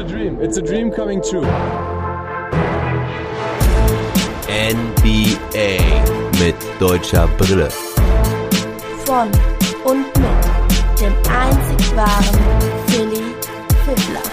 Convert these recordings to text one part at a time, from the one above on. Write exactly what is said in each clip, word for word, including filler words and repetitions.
a dream. It's a dream coming true. N B A mit deutscher Brille. Von und mit dem einzig wahren Philly Fiddler.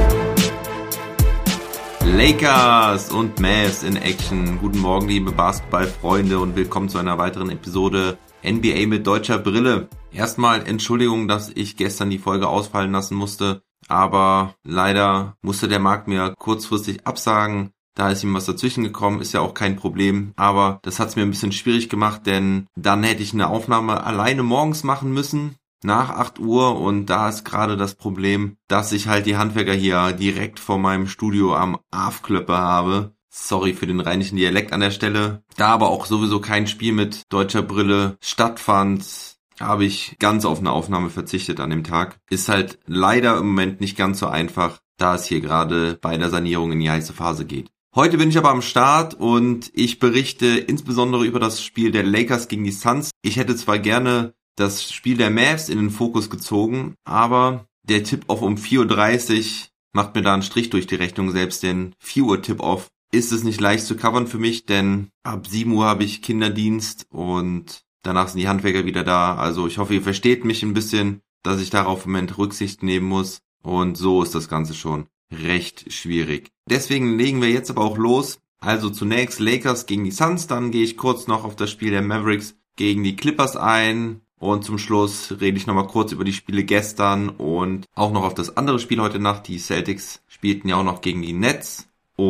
Lakers und Mavs in Action. Guten Morgen, liebe Basketballfreunde, und willkommen zu einer weiteren Episode N B A mit deutscher Brille. Erstmal Entschuldigung, dass ich gestern die Folge ausfallen lassen musste, aber leider musste der Markt mir kurzfristig absagen. Da ist ihm was dazwischen gekommen, ist ja auch kein Problem, aber das hat es mir ein bisschen schwierig gemacht, denn dann hätte ich eine Aufnahme alleine morgens machen müssen, nach acht Uhr, und da ist gerade das Problem, dass ich halt die Handwerker hier direkt vor meinem Studio am Afklöppe habe. Sorry für den rheinischen Dialekt an der Stelle. Da aber auch sowieso kein Spiel mit deutscher Brille stattfand, habe ich ganz auf eine Aufnahme verzichtet an dem Tag. Ist halt leider im Moment nicht ganz so einfach, da es hier gerade bei der Sanierung in die heiße Phase geht. Heute bin ich aber am Start und ich berichte insbesondere über das Spiel der Lakers gegen die Suns. Ich hätte zwar gerne das Spiel der Mavs in den Fokus gezogen, aber der Tip-Off um vier Uhr dreißig macht mir da einen Strich durch die Rechnung. Selbst den vier Uhr Tip-Off ist es nicht leicht zu covern für mich, denn ab sieben Uhr habe ich Kinderdienst und danach sind die Handwerker wieder da. Also ich hoffe, ihr versteht mich ein bisschen, dass ich darauf im Moment Rücksicht nehmen muss, und so ist das Ganze schon recht schwierig. Deswegen legen wir jetzt aber auch los. Also zunächst Lakers gegen die Suns, dann gehe ich kurz noch auf das Spiel der Mavericks gegen die Clippers ein. Und zum Schluss rede ich nochmal kurz über die Spiele gestern und auch noch auf das andere Spiel heute Nacht. Die Celtics spielten ja auch noch gegen die Nets.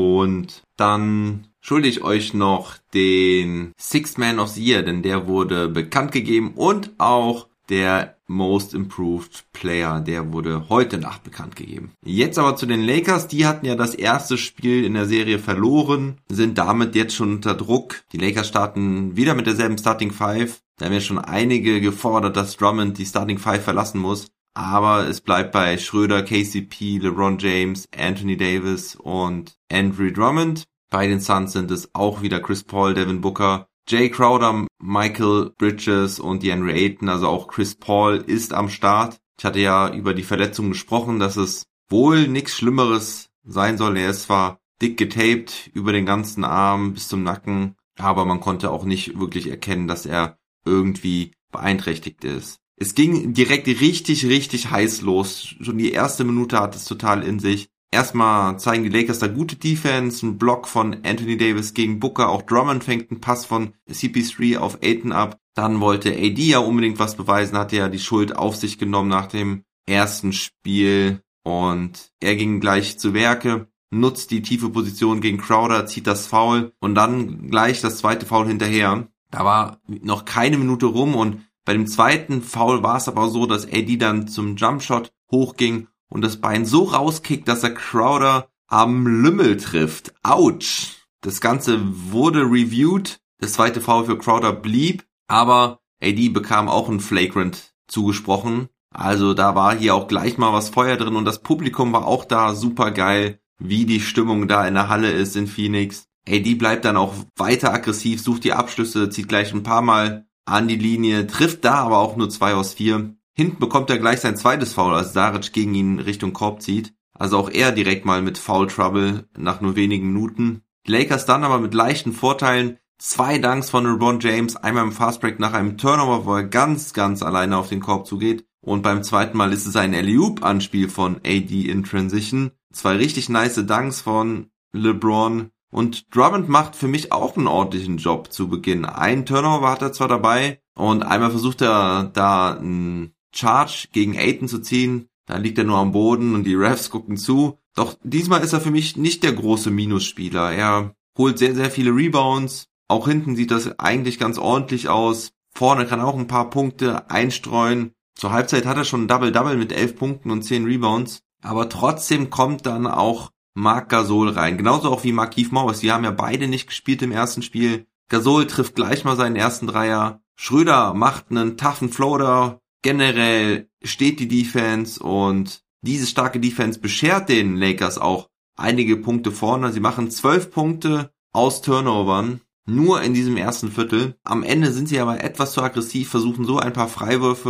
Und dann schulde ich euch noch den Sixth Man of the Year, denn der wurde bekannt gegeben, und auch der Most Improved Player, der wurde heute Nacht bekannt gegeben. Jetzt aber zu den Lakers. Die hatten ja das erste Spiel in der Serie verloren, sind damit jetzt schon unter Druck. Die Lakers starten wieder mit derselben Starting Five. Da haben ja schon einige gefordert, dass Drummond die Starting Five verlassen muss. Aber es bleibt bei Schröder, K C P, LeBron James, Anthony Davis und Andre Drummond. Bei den Suns sind es auch wieder Chris Paul, Devin Booker, Jay Crowder, Michael Bridges und DeAndre Ayton. Also auch Chris Paul ist am Start. Ich hatte ja über die Verletzung gesprochen, dass es wohl nichts Schlimmeres sein soll. Er ist zwar dick getaped über den ganzen Arm bis zum Nacken, aber man konnte auch nicht wirklich erkennen, dass er irgendwie beeinträchtigt ist. Es ging direkt richtig, richtig heiß los. Schon die erste Minute hat es total in sich. Erstmal zeigen die Lakers da gute Defense, ein Block von Anthony Davis gegen Booker, auch Drummond fängt einen Pass von C P drei auf Ayton ab. Dann wollte A D ja unbedingt was beweisen, hatte ja die Schuld auf sich genommen nach dem ersten Spiel, und er ging gleich zu Werke, nutzt die tiefe Position gegen Crowder, zieht das Foul und dann gleich das zweite Foul hinterher. Da war noch keine Minute rum, und bei dem zweiten Foul war es aber so, dass A D dann zum Jumpshot hochging und das Bein so rauskickt, dass er Crowder am Lümmel trifft. Autsch! Das Ganze wurde reviewed. Das zweite Foul für Crowder blieb, aber A D bekam auch ein Flagrant zugesprochen. Also da war hier auch gleich mal was Feuer drin, und das Publikum war auch da. Super geil, wie die Stimmung da in der Halle ist in Phoenix. A D bleibt dann auch weiter aggressiv, sucht die Abschlüsse, zieht gleich ein paar Mal an die Linie, trifft da aber auch nur zwei aus vier. Hinten bekommt er gleich sein zweites Foul, als Saric gegen ihn Richtung Korb zieht. Also auch er direkt mal mit Foul Trouble nach nur wenigen Minuten. Die Lakers dann aber mit leichten Vorteilen. Zwei Dunks von LeBron James, einmal im Fastbreak nach einem Turnover, wo er ganz, ganz alleine auf den Korb zugeht. Und beim zweiten Mal ist es ein Alley-Oop-Anspiel von A D in Transition. Zwei richtig nice Dunks von LeBron. Und Drummond macht für mich auch einen ordentlichen Job zu Beginn. Ein Turnover hat er zwar dabei, und einmal versucht er da einen Charge gegen Ayton zu ziehen. Da liegt er nur am Boden und die Refs gucken zu. Doch diesmal ist er für mich nicht der große Minusspieler. Er holt sehr, sehr viele Rebounds. Auch hinten sieht das eigentlich ganz ordentlich aus. Vorne kann er auch ein paar Punkte einstreuen. Zur Halbzeit hat er schon ein Double-Double mit elf Punkten und zehn Rebounds. Aber trotzdem kommt dann auch Marc Gasol rein. Genauso auch wie Markieff Morris. Die haben ja beide nicht gespielt im ersten Spiel. Gasol trifft gleich mal seinen ersten Dreier. Schröder macht einen toughen Floater. Generell steht die Defense, und diese starke Defense beschert den Lakers auch einige Punkte vorne. Sie machen zwölf Punkte aus Turnovern, nur in diesem ersten Viertel. Am Ende sind sie aber etwas zu aggressiv, versuchen so ein paar Freiwürfe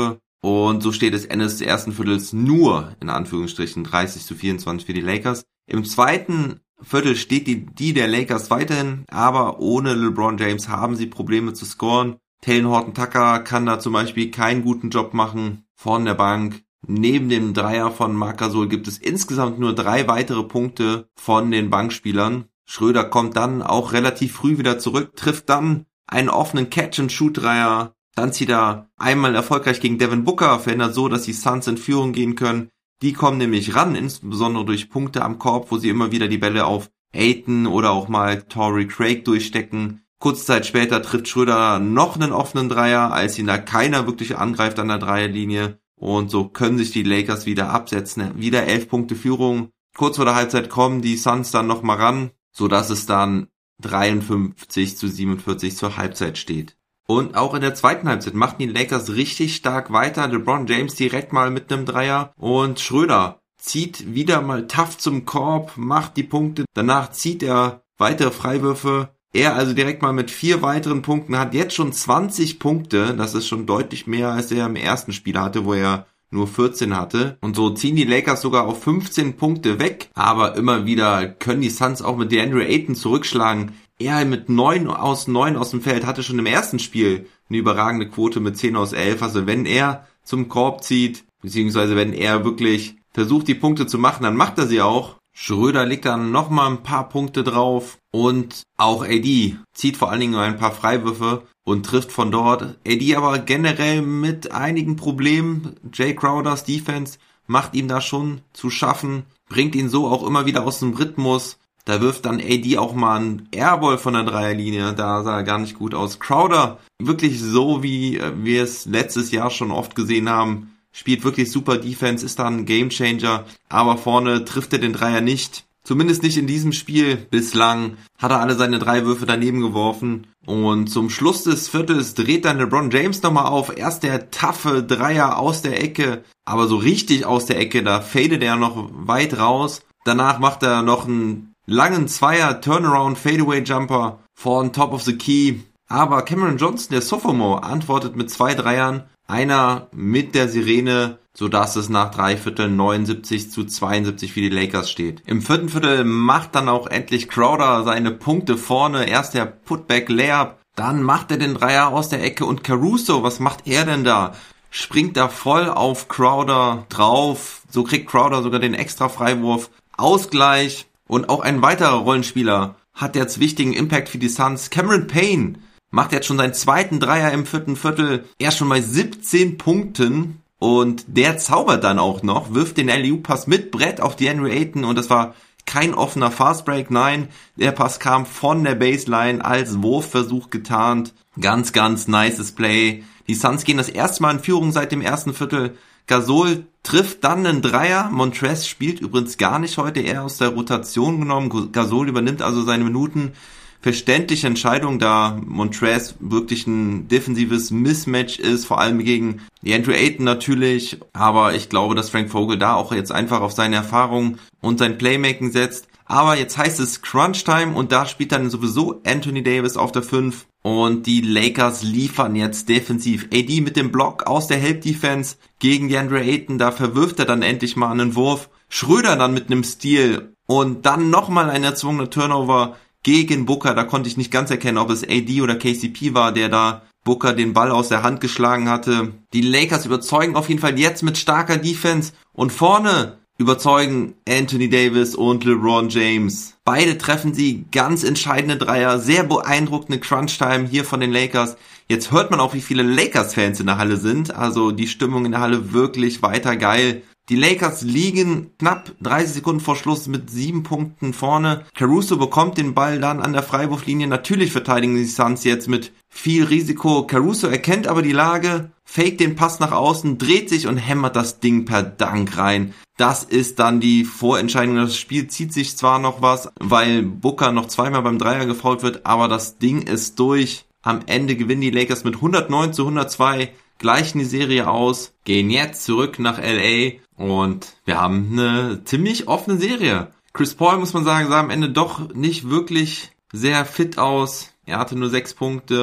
Und so steht es Ende des ersten Viertels nur, in Anführungsstrichen, dreißig zu vierundzwanzig für die Lakers. Im zweiten Viertel steht die, die der Lakers weiterhin, aber ohne LeBron James haben sie Probleme zu scoren. Talen Horton-Tucker kann da zum Beispiel keinen guten Job machen von der Bank. Neben dem Dreier von Marc Gasol gibt es insgesamt nur drei weitere Punkte von den Bankspielern. Schröder kommt dann auch relativ früh wieder zurück, trifft dann einen offenen Catch-and-Shoot-Dreier. Dann zieht er einmal erfolgreich gegen Devin Booker, verhindert so, dass die Suns in Führung gehen können. Die kommen nämlich ran, insbesondere durch Punkte am Korb, wo sie immer wieder die Bälle auf Ayton oder auch mal Torrey Craig durchstecken. Kurze Zeit später trifft Schröder noch einen offenen Dreier, als ihn da keiner wirklich angreift an der Dreierlinie. Und so können sich die Lakers wieder absetzen. Wieder elf Punkte Führung. Kurz vor der Halbzeit kommen die Suns dann nochmal ran, sodass es dann dreiundfünfzig zu siebenundvierzig zur Halbzeit steht. Und auch in der zweiten Halbzeit machten die Lakers richtig stark weiter. LeBron James direkt mal mit einem Dreier. Und Schröder zieht wieder mal tough zum Korb, macht die Punkte. Danach zieht er weitere Freiwürfe. Er also direkt mal mit vier weiteren Punkten, hat jetzt schon zwanzig Punkte. Das ist schon deutlich mehr, als er im ersten Spiel hatte, wo er nur vierzehn hatte. Und so ziehen die Lakers sogar auf fünfzehn Punkte weg. Aber immer wieder können die Suns auch mit DeAndre Ayton zurückschlagen. Er mit neun aus neun aus dem Feld hatte schon im ersten Spiel eine überragende Quote mit zehn aus elf. Also wenn er zum Korb zieht, beziehungsweise wenn er wirklich versucht, die Punkte zu machen, dann macht er sie auch. Schröder legt dann nochmal ein paar Punkte drauf und auch A D zieht vor allen Dingen ein paar Freiwürfe und trifft von dort. A D aber generell mit einigen Problemen. Jay Crowders Defense macht ihm da schon zu schaffen, bringt ihn so auch immer wieder aus dem Rhythmus. Da wirft dann A D auch mal einen Airball von der Dreierlinie, da sah er gar nicht gut aus. Crowder, wirklich so wie wir es letztes Jahr schon oft gesehen haben, spielt wirklich super Defense, ist da ein Gamechanger, aber vorne trifft er den Dreier nicht. Zumindest nicht in diesem Spiel. Bislang hat er alle seine drei Würfe daneben geworfen. Und zum Schluss des Viertels dreht dann LeBron James nochmal auf. Erst der taffe Dreier aus der Ecke, aber so richtig aus der Ecke, da fadet er noch weit raus. Danach macht er noch einen langen Zweier Turnaround Fadeaway Jumper von Top of the Key. Aber Cameron Johnson, der Sophomore, antwortet mit zwei Dreiern. Einer mit der Sirene, sodass es nach drei Vierteln neunundsiebzig zu zweiundsiebzig für die Lakers steht. Im vierten Viertel macht dann auch endlich Crowder seine Punkte vorne. Erst der Putback-Layup, dann macht er den Dreier aus der Ecke und Caruso, was macht er denn da? Springt da voll auf Crowder drauf. So kriegt Crowder sogar den extra Freiwurf. Ausgleich. Und auch ein weiterer Rollenspieler hat jetzt wichtigen Impact für die Suns. Cameron Payne macht jetzt schon seinen zweiten Dreier im vierten Viertel. Er ist schon bei siebzehn Punkten und der zaubert dann auch noch, wirft den Alley-Oop-Pass mit Brett auf DeAndre Ayton und das war kein offener Fastbreak, nein, der Pass kam von der Baseline als Wurfversuch getarnt. Ganz, ganz nices Play. Die Suns gehen das erste Mal in Führung seit dem ersten Viertel. Gasol trifft dann einen Dreier. Montrezl spielt übrigens gar nicht heute, er aus der Rotation genommen. Gasol übernimmt also seine Minuten. Verständliche Entscheidung, da Montrezl wirklich ein defensives Mismatch ist, vor allem gegen DeAndre Ayton natürlich, aber ich glaube, dass Frank Vogel da auch jetzt einfach auf seine Erfahrung und sein Playmaking setzt. Aber jetzt heißt es Crunch Time und da spielt dann sowieso Anthony Davis auf der fünf und die Lakers liefern jetzt defensiv. A D mit dem Block aus der Help Defense gegen DeAndre Ayton, da verwirft er dann endlich mal einen Wurf. Schröder dann mit einem Steal und dann nochmal ein erzwungener Turnover gegen Booker, da konnte ich nicht ganz erkennen, ob es A D oder K C P war, der da Booker den Ball aus der Hand geschlagen hatte. Die Lakers überzeugen auf jeden Fall jetzt mit starker Defense und vorne überzeugen Anthony Davis und LeBron James. Beide treffen sie ganz entscheidende Dreier, sehr beeindruckende Crunch-Time hier von den Lakers. Jetzt hört man auch, wie viele Lakers-Fans in der Halle sind, also die Stimmung in der Halle wirklich weiter geil. Die Lakers liegen knapp dreißig Sekunden vor Schluss mit sieben Punkten vorne. Caruso bekommt den Ball dann an der Freiwurflinie. Natürlich verteidigen die Suns jetzt mit viel Risiko. Caruso erkennt aber die Lage, faked den Pass nach außen, dreht sich und hämmert das Ding per Dank rein. Das ist dann die Vorentscheidung. Das Spiel zieht sich zwar noch was, weil Booker noch zweimal beim Dreier gefoult wird, aber das Ding ist durch. Am Ende gewinnen die Lakers mit hundertneun zu hundertzwei, gleichen die Serie aus, gehen jetzt zurück nach L A und wir haben eine ziemlich offene Serie. Chris Paul, muss man sagen, sah am Ende doch nicht wirklich sehr fit aus. Er hatte nur sechs Punkte,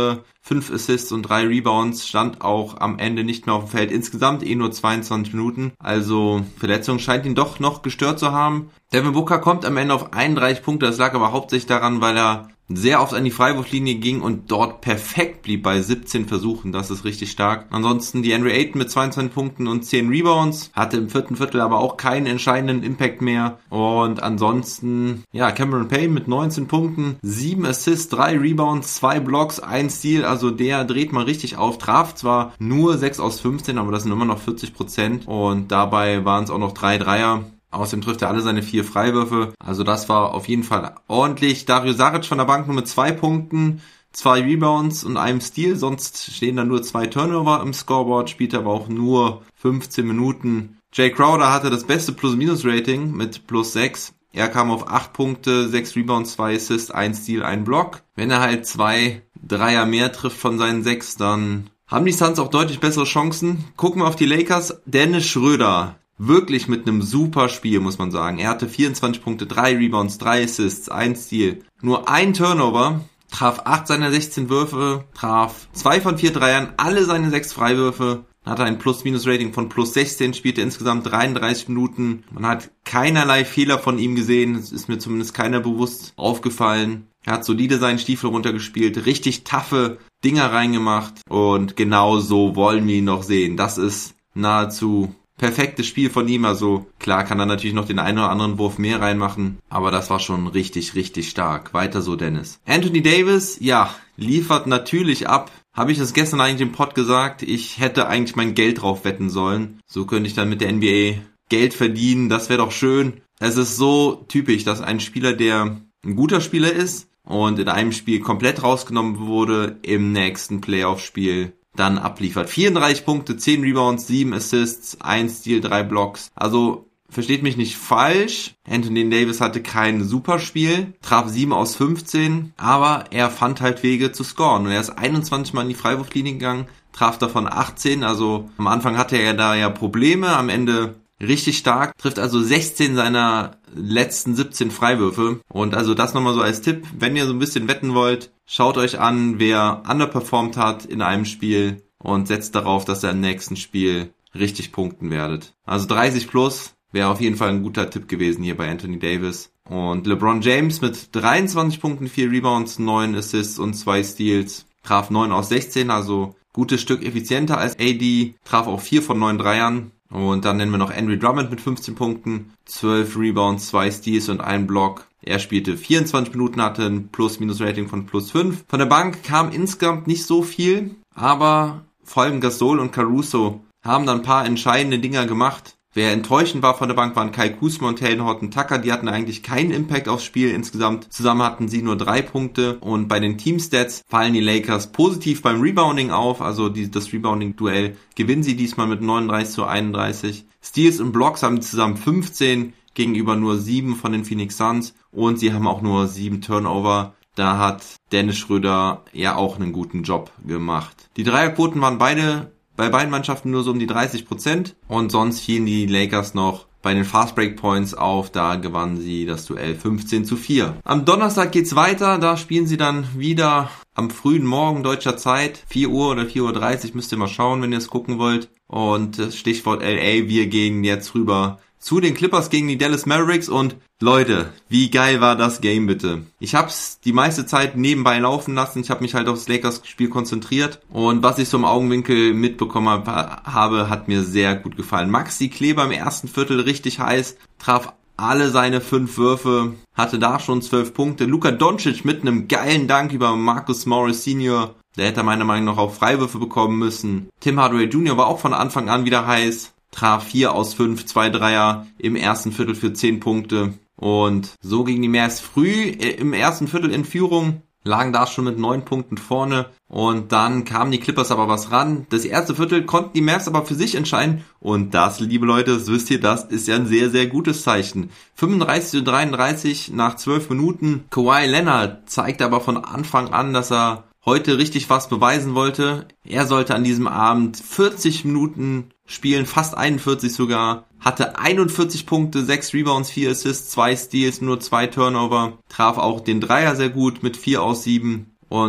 fünf Assists und drei Rebounds, stand auch am Ende nicht mehr auf dem Feld. Insgesamt eh nur zweiundzwanzig Minuten, also Verletzung scheint ihn doch noch gestört zu haben. Devin Booker kommt am Ende auf einunddreißig Punkte, das lag aber hauptsächlich daran, weil er sehr oft an die Freiwurflinie ging und dort perfekt blieb bei siebzehn Versuchen. Das ist richtig stark. Ansonsten die Andre Ayton mit zweiundzwanzig Punkten und zehn Rebounds. Hatte im vierten Viertel aber auch keinen entscheidenden Impact mehr. Und ansonsten, ja, Cameron Payne mit neunzehn Punkten, sieben Assists, drei Rebounds, zwei Blocks, ein Steal. Also der dreht mal richtig auf. Traf zwar nur sechs aus fünfzehn, aber das sind immer noch vierzig Prozent. Und dabei waren es auch noch drei Dreier. Außerdem trifft er alle seine vier Freiwürfe. Also das war auf jeden Fall ordentlich. Dario Saric von der Bank nur mit zwei Punkten, zwei Rebounds und einem Steal. Sonst stehen da nur zwei Turnover im Scoreboard, spielt aber auch nur fünfzehn Minuten. Jay Crowder hatte das beste Plus-Minus-Rating mit plus sechs. Er kam auf acht Punkte, sechs Rebounds, zwei Assists, ein Steal, ein Block. Wenn er halt zwei Dreier mehr trifft von seinen sechs, dann haben die Suns auch deutlich bessere Chancen. Gucken wir auf die Lakers. Dennis Schröder. Wirklich mit einem super Spiel, muss man sagen. Er hatte vierundzwanzig Punkte, drei Rebounds, drei Assists, ein Steal. Nur ein Turnover, traf acht seiner sechzehn Würfe, traf zwei von vier Dreiern, alle seine sechs Freiwürfe, hatte ein Plus-Minus-Rating von plus sechzehn, spielte insgesamt dreiunddreißig Minuten. Man hat keinerlei Fehler von ihm gesehen, es ist mir zumindest keiner bewusst aufgefallen. Er hat solide seinen Stiefel runtergespielt, richtig taffe Dinger reingemacht und genau so wollen wir ihn noch sehen. Das ist nahezu perfektes Spiel von ihm, also klar kann er natürlich noch den einen oder anderen Wurf mehr reinmachen, aber das war schon richtig, richtig stark. Weiter so, Dennis. Anthony Davis, ja, liefert natürlich ab. Habe ich das gestern eigentlich im Pod gesagt? Ich hätte eigentlich mein Geld drauf wetten sollen. So könnte ich dann mit der N B A Geld verdienen, das wäre doch schön. Es ist so typisch, dass ein Spieler, der ein guter Spieler ist und in einem Spiel komplett rausgenommen wurde, im nächsten Playoff-Spiel dann abliefert. vierunddreißig Punkte, zehn Rebounds, sieben Assists, ein Steal, drei Blocks. Also, versteht mich nicht falsch. Anthony Davis hatte kein Superspiel, traf sieben aus fünfzehn, aber er fand halt Wege zu scoren. Und er ist einundzwanzig Mal in die Freiwurflinie gegangen, traf davon achtzehn. Also, am Anfang hatte er da ja Probleme, am Ende richtig stark, trifft also sechzehn seiner letzten siebzehn Freiwürfe. Und also das nochmal so als Tipp, wenn ihr so ein bisschen wetten wollt, schaut euch an, wer underperformed hat in einem Spiel und setzt darauf, dass ihr im nächsten Spiel richtig punkten werdet. Also dreißig plus wäre auf jeden Fall ein guter Tipp gewesen hier bei Anthony Davis. Und LeBron James mit dreiundzwanzig Punkten, vier Rebounds, neun Assists und zwei Steals, traf neun aus sechzehn, also gutes Stück effizienter als A D, traf auch vier von neun Dreiern. Und dann nennen wir noch Andre Drummond mit fünfzehn Punkten, zwölf Rebounds, zwei Steals und ein Block. Er spielte vierundzwanzig Minuten, hatte ein Plus-Minus-Rating von plus fünf. Von der Bank kam insgesamt nicht so viel, aber vor allem Gasol und Caruso haben dann ein paar entscheidende Dinger gemacht. Wer enttäuschend war von der Bank, waren Kai Kuzma und Taylor Horton Tucker. Die hatten eigentlich keinen Impact aufs Spiel insgesamt. Zusammen hatten sie nur drei Punkte. Und bei den Teamstats fallen die Lakers positiv beim Rebounding auf. Also die, das Rebounding-Duell gewinnen sie diesmal mit neununddreißig zu einunddreißig. Steals und Blocks haben zusammen fünfzehn gegenüber nur sieben von den Phoenix Suns. Und sie haben auch nur sieben Turnover. Da hat Dennis Schröder ja auch einen guten Job gemacht. Die Dreierquoten waren beide bei beiden Mannschaften nur so um die dreißig Prozent und sonst fielen die Lakers noch bei den Fast Break Points auf, da gewannen sie das Duell fünfzehn zu vier. Am Donnerstag geht's weiter, da spielen sie dann wieder am frühen Morgen deutscher Zeit, vier Uhr oder vier Uhr dreißig, müsst ihr mal schauen, wenn ihr es gucken wollt. Und Stichwort L A, wir gehen jetzt rüber zu den Clippers gegen die Dallas Mavericks und Leute, wie geil war das Game bitte? Ich hab's die meiste Zeit nebenbei laufen lassen, ich habe mich halt aufs Lakers-Spiel konzentriert und was ich so im Augenwinkel mitbekommen habe, hat mir sehr gut gefallen. Maxi Kleber im ersten Viertel richtig heiß, traf alle seine fünf Würfe, hatte da schon zwölf Punkte. Luka Doncic mit einem geilen Dank über Marcus Morris Senior, der hätte meiner Meinung nach auch Freiwürfe bekommen müssen. Tim Hardaway Junior war auch von Anfang an wieder heiß. Traf vier aus fünf, zwei Dreier im ersten Viertel für zehn Punkte. Und so gingen die Mavs früh im ersten Viertel in Führung, lagen da schon mit neun Punkten vorne. Und dann kamen die Clippers aber was ran. Das erste Viertel konnten die Mavs aber für sich entscheiden. Und das, liebe Leute, das wisst ihr, das ist ja ein sehr, sehr gutes Zeichen. fünfunddreißig zu dreiunddreißig nach zwölf Minuten. Kawhi Leonard zeigte aber von Anfang an, dass er heute richtig was beweisen wollte. Er sollte an diesem Abend vierzig Minuten spielen, fast einundvierzig sogar, hatte einundvierzig Punkte, sechs Rebounds, vier Assists, zwei Steals, nur zwei Turnover, traf auch den Dreier sehr gut mit vier aus sieben und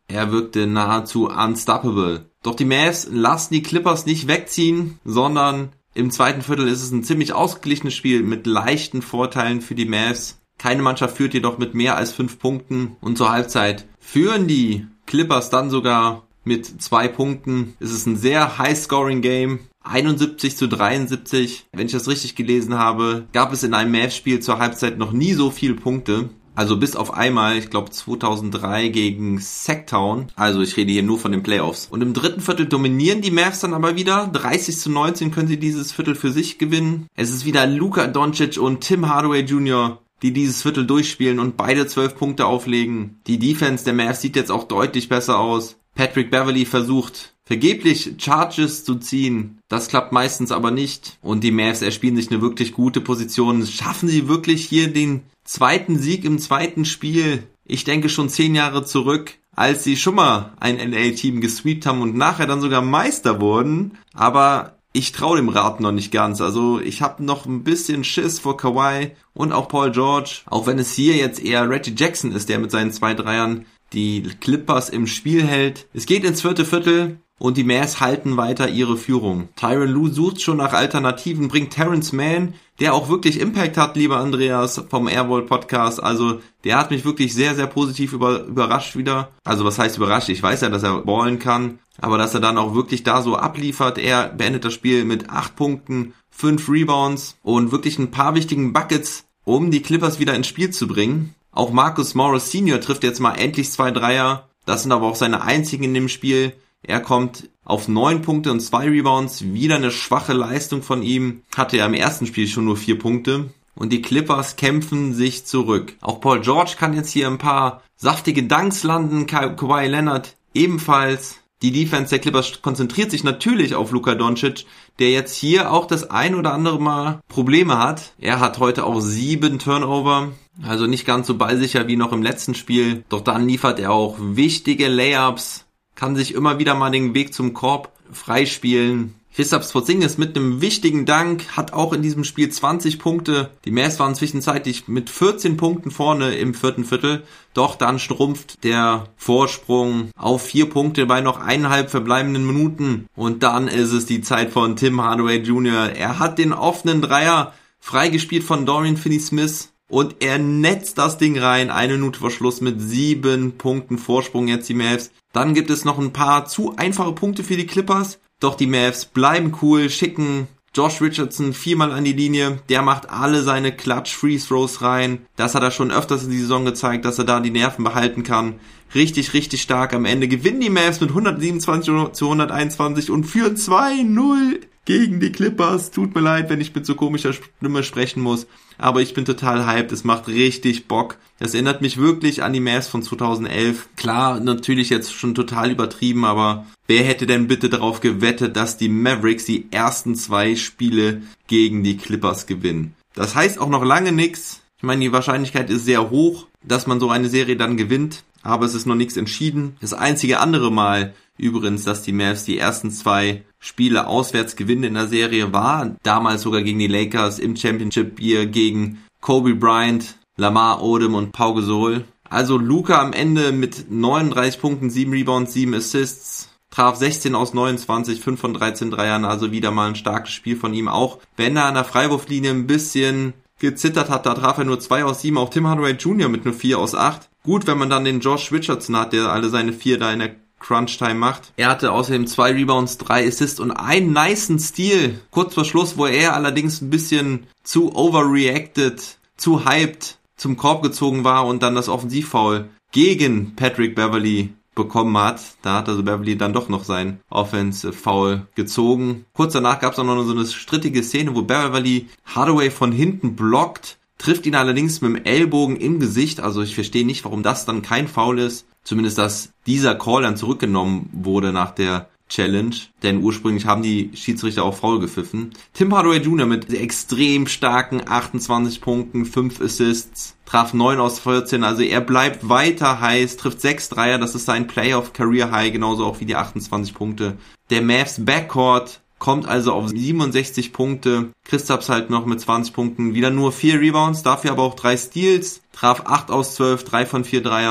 Er wirkte nahezu unstoppable. Doch die Mavs lassen die Clippers nicht wegziehen, sondern im zweiten Viertel ist es ein ziemlich ausgeglichenes Spiel mit leichten Vorteilen für die Mavs. Keine Mannschaft führt jedoch mit mehr als fünf Punkten und zur Halbzeit führen die Clippers dann sogar mit zwei Punkten. Es ist ein sehr High-Scoring-Game. einundsiebzig zu dreiundsiebzig. Wenn ich das richtig gelesen habe, gab es in einem Mavs-Spiel zur Halbzeit noch nie so viele Punkte. Also bis auf einmal, ich glaube zweitausenddrei gegen Sacktown. Also ich rede hier nur von den Playoffs. Und im dritten Viertel dominieren die Mavs dann aber wieder. dreißig zu neunzehn können sie dieses Viertel für sich gewinnen. Es ist wieder Luka Doncic und Tim Hardaway Junior, die dieses Viertel durchspielen und beide zwölf Punkte auflegen. Die Defense der Mavs sieht jetzt auch deutlich besser aus. Patrick Beverley versucht vergeblich Charges zu ziehen. Das klappt meistens aber nicht. Und die Mavs erspielen sich eine wirklich gute Position. Schaffen sie wirklich hier den zweiten Sieg im zweiten Spiel? Ich denke schon zehn Jahre zurück, als sie schon mal ein N B A-Team gesweept haben und nachher dann sogar Meister wurden. Aber ich traue dem Rat noch nicht ganz. Also ich habe noch ein bisschen Schiss vor Kawhi und auch Paul George. Auch wenn es hier jetzt eher Reggie Jackson ist, der mit seinen zwei Dreiern die Clippers im Spiel hält. Es geht ins vierte Viertel und die Mavs halten weiter ihre Führung. Tyronn Lue sucht schon nach Alternativen, bringt Terrence Mann, der auch wirklich Impact hat, lieber Andreas vom Airball Podcast. Also der hat mich wirklich sehr, sehr positiv über, überrascht wieder. Also was heißt überrascht? Ich weiß ja, dass er ballen kann, aber dass er dann auch wirklich da so abliefert. Er beendet das Spiel mit acht Punkten, fünf Rebounds und wirklich ein paar wichtigen Buckets, um die Clippers wieder ins Spiel zu bringen. Auch Marcus Morris Senior trifft jetzt mal endlich zwei Dreier. Das sind aber auch seine einzigen in dem Spiel. Er kommt auf neun Punkte und zwei Rebounds. Wieder eine schwache Leistung von ihm. Hatte ja im ersten Spiel schon nur vier Punkte. Und die Clippers kämpfen sich zurück. Auch Paul George kann jetzt hier ein paar saftige Dunks landen. Ka- Kawhi Leonard ebenfalls. Die Defense der Clippers konzentriert sich natürlich auf Luka Doncic, der jetzt hier auch das ein oder andere Mal Probleme hat. Er hat heute auch sieben Turnover, also nicht ganz so ballsicher wie noch im letzten Spiel. Doch dann liefert er auch wichtige Layups, kann sich immer wieder mal den Weg zum Korb freispielen. Kristaps Porzingis mit einem wichtigen Dank hat auch in diesem Spiel zwanzig Punkte. Die Mavs waren zwischenzeitlich mit vierzehn Punkten vorne im vierten Viertel. Doch dann schrumpft der Vorsprung auf vier Punkte bei noch eineinhalb verbleibenden Minuten. Und dann ist es die Zeit von Tim Hardaway Junior Er hat den offenen Dreier freigespielt von Dorian Finney-Smith. Und er netzt das Ding rein. Eine Minute vor Schluss mit sieben Punkten Vorsprung jetzt die Mavs. Dann gibt es noch ein paar zu einfache Punkte für die Clippers. Doch die Mavs bleiben cool, schicken Josh Richardson viermal an die Linie. Der macht alle seine Clutch-Free-Throws rein. Das hat er schon öfters in die Saison gezeigt, dass er da die Nerven behalten kann. Richtig, richtig stark. Am Ende gewinnen die Mavs mit hundertsiebenundzwanzig zu hunderteinundzwanzig und führen zwei null gegen die Clippers. Tut mir leid, wenn ich mit so komischer Stimme sprechen muss. Aber ich bin total hyped. Es macht richtig Bock. Das erinnert mich wirklich an die Mavs von zweitausendelf. Klar, natürlich jetzt schon total übertrieben, aber wer hätte denn bitte darauf gewettet, dass die Mavericks die ersten zwei Spiele gegen die Clippers gewinnen? Das heißt auch noch lange nichts. Ich meine, die Wahrscheinlichkeit ist sehr hoch, dass man so eine Serie dann gewinnt, aber es ist noch nichts entschieden. Das einzige andere Mal übrigens, dass die Mavs die ersten zwei Spiele auswärts gewinnen in der Serie, war damals sogar gegen die Lakers im Championship Year gegen Kobe Bryant, Lamar Odom und Pau Gasol. Also Luka am Ende mit neununddreißig Punkten, sieben Rebounds, sieben Assists, traf sechzehn aus neunundzwanzig, fünf von dreizehn Dreiern, also wieder mal ein starkes Spiel von ihm. Auch wenn er an der Freiwurflinie ein bisschen gezittert hat, da traf er nur zwei aus sieben, auch Tim Hardaway Junior mit nur vier aus acht. Gut, wenn man dann den Josh Richardson hat, der alle seine vier da in der Crunch-Time macht. Er hatte außerdem zwei Rebounds, drei Assists und einen nicen Steal kurz vor Schluss, wo er allerdings ein bisschen zu overreacted, zu hyped zum Korb gezogen war und dann das Offensivfoul gegen Patrick Beverley bekommen hat. Da hat also Beverley dann doch noch sein Offensive-Foul gezogen. Kurz danach gab es auch noch so eine strittige Szene, wo Beverley Hardaway von hinten blockt, trifft ihn allerdings mit dem Ellbogen im Gesicht. Also ich verstehe nicht, warum das dann kein Foul ist. Zumindest, dass dieser Call dann zurückgenommen wurde nach der Challenge, denn ursprünglich haben die Schiedsrichter auch faul gepfiffen. Tim Hardaway Junior mit extrem starken achtundzwanzig Punkten, fünf Assists, traf neun aus vierzehn, also er bleibt weiter heiß, trifft sechs Dreier, das ist sein Playoff-Career-High, genauso auch wie die achtundzwanzig Punkte. Der Mavs Backcourt kommt also auf siebenundsechzig Punkte, Kristaps halt noch mit zwanzig Punkten, wieder nur vier Rebounds, dafür aber auch drei Steals, traf acht aus zwölf, drei von vier Dreiern.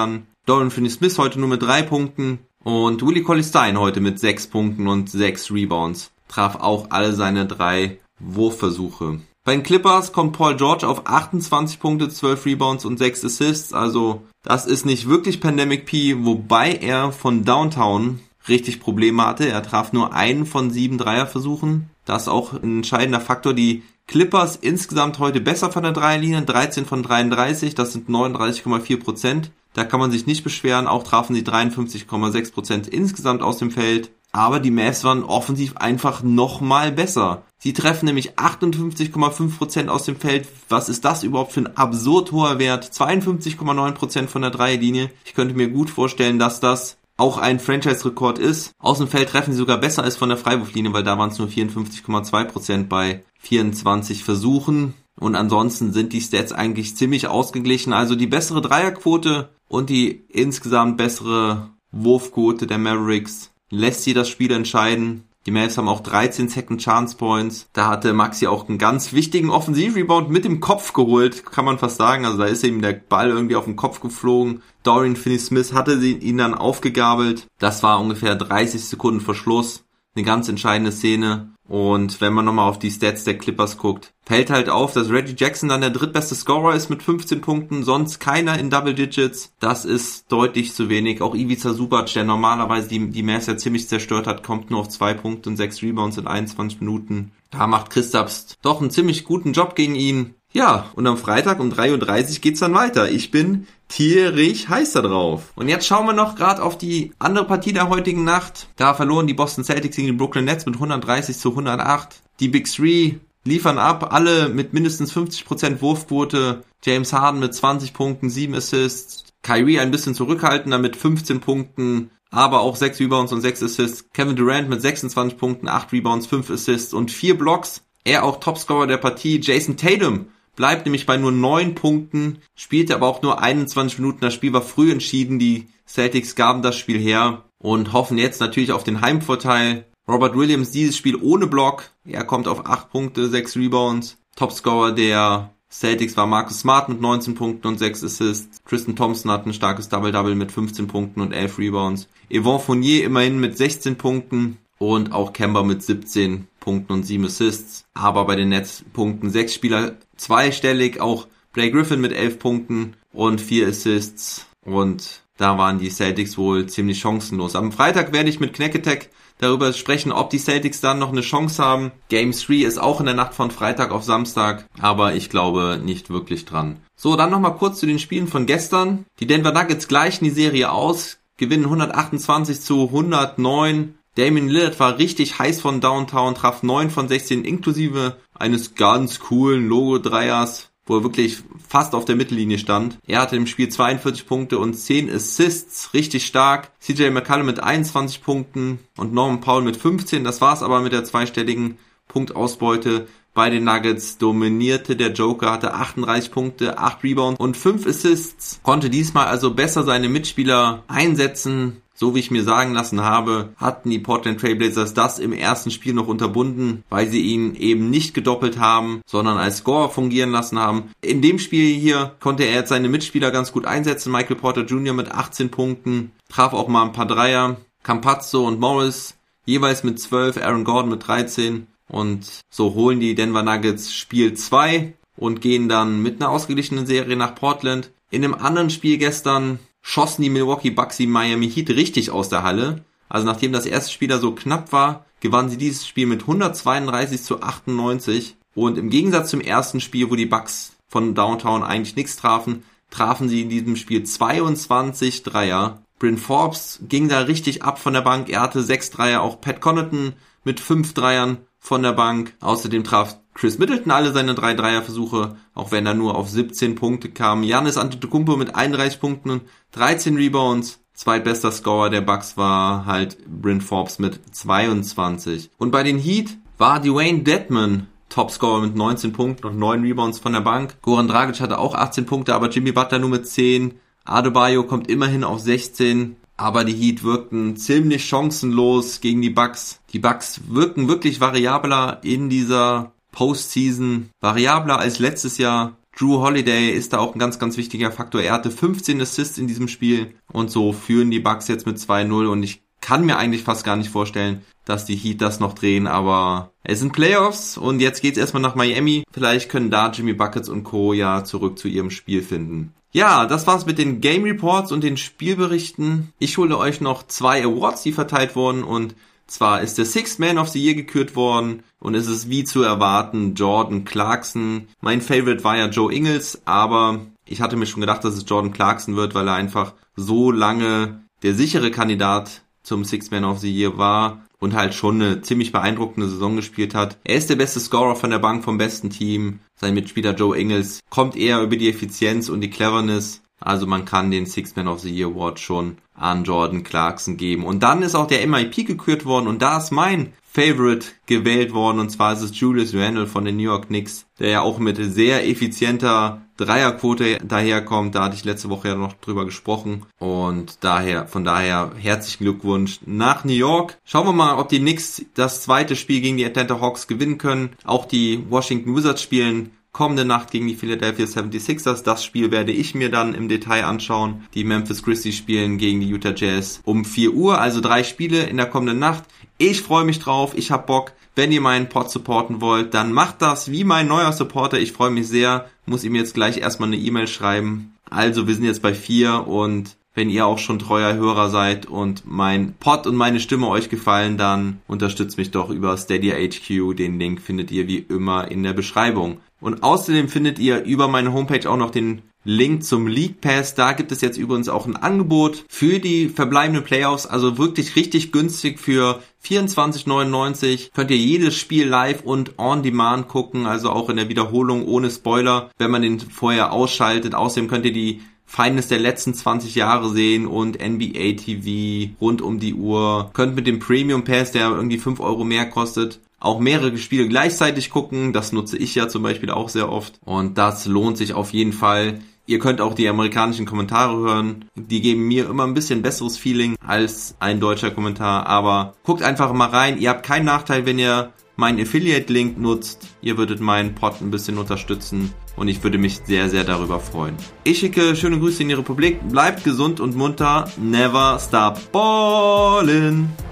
Dorian Finney-Smith heute nur mit drei Punkten und Willie Cauley-Stein heute mit sechs Punkten und sechs Rebounds. Traf auch alle seine drei Wurfversuche. Bei den Clippers kommt Paul George auf achtundzwanzig Punkte, zwölf Rebounds und sechs Assists. Also das ist nicht wirklich Pandemic P, wobei er von Downtown richtig Probleme hatte. Er traf nur einen von sieben Dreierversuchen. Das ist auch ein entscheidender Faktor. Die Clippers insgesamt heute besser von der Dreierlinie, dreizehn von dreiunddreißig, das sind neununddreißig Komma vier Prozent. Da kann man sich nicht beschweren. Auch trafen sie dreiundfünfzig Komma sechs Prozent insgesamt aus dem Feld. Aber die Mavs waren offensiv einfach nochmal besser. Sie treffen nämlich achtundfünfzig Komma fünf Prozent aus dem Feld. Was ist das überhaupt für ein absurd hoher Wert? zweiundfünfzig Komma neun Prozent von der Dreierlinie. Ich könnte mir gut vorstellen, dass das auch ein Franchise-Rekord ist. Aus dem Feld treffen sie sogar besser als von der Freiwurflinie, weil da waren es nur vierundfünfzig Komma zwei Prozent bei vierundzwanzig Versuchen. Und ansonsten sind die Stats eigentlich ziemlich ausgeglichen. Also die bessere Dreierquote und die insgesamt bessere Wurfquote der Mavericks lässt sie das Spiel entscheiden. Die Mavs haben auch dreizehn Second Chance Points. Da hatte Maxi auch einen ganz wichtigen Offensivrebound mit dem Kopf geholt, kann man fast sagen. Also da ist ihm der Ball irgendwie auf den Kopf geflogen. Dorian Finney-Smith hatte sie, ihn dann aufgegabelt. Das war ungefähr dreißig Sekunden vor Schluss. Eine ganz entscheidende Szene. Und wenn man nochmal auf die Stats der Clippers guckt, fällt halt auf, dass Reggie Jackson dann der drittbeste Scorer ist mit fünfzehn Punkten, sonst keiner in Double Digits. Das ist deutlich zu wenig. Auch Ivica Zubac, der normalerweise die, die Mavs ja ziemlich zerstört hat, kommt nur auf zwei Punkte und sechs Rebounds in einundzwanzig Minuten. Da macht Kristaps doch einen ziemlich guten Job gegen ihn. Ja, und am Freitag um drei Uhr dreißig geht's dann weiter. Ich bin tierisch heiß da drauf. Und jetzt schauen wir noch gerade auf die andere Partie der heutigen Nacht. Da verloren die Boston Celtics gegen die Brooklyn Nets mit hundertdreißig zu hundertacht. Die Big Three liefern ab, alle mit mindestens fünfzig Prozent Wurfquote. James Harden mit zwanzig Punkten, sieben Assists. Kyrie ein bisschen zurückhaltender mit fünfzehn Punkten, aber auch sechs Rebounds und sechs Assists. Kevin Durant mit sechsundzwanzig Punkten, acht Rebounds, fünf Assists und vier Blocks. Er auch Topscorer der Partie. Jason Tatum bleibt nämlich bei nur neun Punkten, spielte aber auch nur einundzwanzig Minuten. Das Spiel war früh entschieden. Die Celtics gaben das Spiel her und hoffen jetzt natürlich auf den Heimvorteil. Robert Williams dieses Spiel ohne Block. Er kommt auf acht Punkte, sechs Rebounds. Topscorer der Celtics war Marcus Smart mit neunzehn Punkten und sechs Assists. Tristan Thompson hat ein starkes Double-Double mit fünfzehn Punkten und elf Rebounds. Evan Fournier immerhin mit sechzehn Punkten und auch Kemba mit siebzehn Punkten und sieben Assists. Aber bei den Nets Punkten sechs Spieler zweistellig, auch Blake Griffin mit elf Punkten und vier Assists. Und da waren die Celtics wohl ziemlich chancenlos. Am Freitag werde ich mit Knack-Attack darüber sprechen, ob die Celtics dann noch eine Chance haben. Game drei ist auch in der Nacht von Freitag auf Samstag, aber ich glaube nicht wirklich dran. So, dann nochmal kurz zu den Spielen von gestern. Die Denver Nuggets gleichen die Serie aus, gewinnen hundertachtundzwanzig zu hundertneun. Damian Lillard war richtig heiß von Downtown, traf neun von sechzehn inklusive eines ganz coolen Logo-Dreiers, wo er wirklich fast auf der Mittellinie stand. Er hatte im Spiel zweiundvierzig Punkte und zehn Assists, richtig stark. C J McCollum mit einundzwanzig Punkten und Norman Powell mit fünfzehn. Das war's aber mit der zweistelligen Punktausbeute. Bei den Nuggets dominierte der Joker, hatte achtunddreißig Punkte, acht Rebounds und fünf Assists. Konnte diesmal also besser seine Mitspieler einsetzen. So wie ich mir sagen lassen habe, hatten die Portland Trail Blazers das im ersten Spiel noch unterbunden, weil sie ihn eben nicht gedoppelt haben, sondern als Scorer fungieren lassen haben. In dem Spiel hier konnte er jetzt seine Mitspieler ganz gut einsetzen. Michael Porter Junior mit achtzehn Punkten, traf auch mal ein paar Dreier. Campazzo und Morris jeweils mit zwölf, Aaron Gordon mit dreizehn. Und so holen die Denver Nuggets Spiel zwei und gehen dann mit einer ausgeglichenen Serie nach Portland. In einem anderen Spiel gestern schossen die Milwaukee Bucks die Miami Heat richtig aus der Halle. Also nachdem das erste Spiel da so knapp war, gewannen sie dieses Spiel mit hundertzweiunddreißig zu achtundneunzig. Und im Gegensatz zum ersten Spiel, wo die Bucks von Downtown eigentlich nichts trafen, trafen sie in diesem Spiel zweiundzwanzig Dreier. Bryn Forbes ging da richtig ab von der Bank. Er hatte sechs Dreier, auch Pat Connaughton mit fünf Dreiern von der Bank. Außerdem traf Chris Middleton alle seine drei Dreierversuche, auch wenn er nur auf siebzehn Punkte kam. Giannis Antetokounmpo mit einunddreißig Punkten und dreizehn Rebounds. Zweitbester Scorer der Bucks war halt Bryn Forbes mit zweiundzwanzig. Und bei den Heat war Dwayne Dedmon Topscorer mit neunzehn Punkten und neun Rebounds von der Bank. Goran Dragic hatte auch achtzehn Punkte, aber Jimmy Butler nur mit zehn. Adebayo kommt immerhin auf sechzehn. Aber die Heat wirkten ziemlich chancenlos gegen die Bucks. Die Bucks wirken wirklich variabler in dieser Postseason. Variabler als letztes Jahr. Drew Holiday ist da auch ein ganz, ganz wichtiger Faktor. Er hatte fünfzehn Assists in diesem Spiel und so führen die Bucks jetzt mit zwei null und ich kann mir eigentlich fast gar nicht vorstellen, dass die Heat das noch drehen, aber es sind Playoffs und jetzt geht's erstmal nach Miami. Vielleicht können da Jimmy Buckets und Co. ja zurück zu ihrem Spiel finden. Ja, das war's mit den Game Reports und den Spielberichten. Ich hole euch noch zwei Awards, die verteilt wurden, und zwar ist der Sixth Man of the Year gekürt worden und es ist wie zu erwarten Jordan Clarkson. Mein Favorite war ja Joe Ingles, aber ich hatte mir schon gedacht, dass es Jordan Clarkson wird, weil er einfach so lange der sichere Kandidat zum Sixth Man of the Year war und halt schon eine ziemlich beeindruckende Saison gespielt hat. Er ist der beste Scorer von der Bank vom besten Team. Sein Mitspieler Joe Ingles kommt eher über die Effizienz und die Cleverness. Also man kann den Sixth Man of the Year Award schon an Jordan Clarkson geben. Und dann ist auch der M I P gekürt worden und da ist mein Favorite gewählt worden, und zwar ist es Julius Randle von den New York Knicks, der ja auch mit sehr effizienter Dreierquote daherkommt. Da hatte ich letzte Woche ja noch drüber gesprochen und daher, von daher herzlichen Glückwunsch nach New York. Schauen wir mal, ob die Knicks das zweite Spiel gegen die Atlanta Hawks gewinnen können. Auch die Washington Wizards spielen kommende Nacht gegen die Philadelphia seventy-sixers. Das Spiel werde ich mir dann im Detail anschauen. Die Memphis Grizzlies spielen gegen die Utah Jazz um vier Uhr, also drei Spiele in der kommenden Nacht. Ich freue mich drauf, ich hab Bock. Wenn ihr meinen Pod supporten wollt, dann macht das wie mein neuer Supporter. Ich freue mich sehr. Muss ihm jetzt gleich erstmal eine E-Mail schreiben. Also, wir sind jetzt bei vier und wenn ihr auch schon treuer Hörer seid und mein Pod und meine Stimme euch gefallen, dann unterstützt mich doch über Stadia H Q. Den Link findet ihr wie immer in der Beschreibung. Und außerdem findet ihr über meine Homepage auch noch den Link zum League Pass. Da gibt es jetzt übrigens auch ein Angebot für die verbleibenden Playoffs, also wirklich richtig günstig. Für vierundzwanzig neunundneunzig könnt ihr jedes Spiel live und on demand gucken, also auch in der Wiederholung ohne Spoiler, wenn man den vorher ausschaltet. Außerdem könnt ihr die Finals der letzten zwanzig Jahre sehen und N B A T V rund um die Uhr. Könnt mit dem Premium Pass, der irgendwie fünf Euro mehr kostet, auch mehrere Spiele gleichzeitig gucken. Das nutze ich ja zum Beispiel auch sehr oft und das lohnt sich auf jeden Fall. Ihr könnt auch die amerikanischen Kommentare hören. Die geben mir immer ein bisschen besseres Feeling als ein deutscher Kommentar. Aber guckt einfach mal rein. Ihr habt keinen Nachteil, wenn ihr meinen Affiliate-Link nutzt. Ihr würdet meinen Pod ein bisschen unterstützen. Und ich würde mich sehr, sehr darüber freuen. Ich schicke schöne Grüße in die Republik. Bleibt gesund und munter. Never stop ballin'.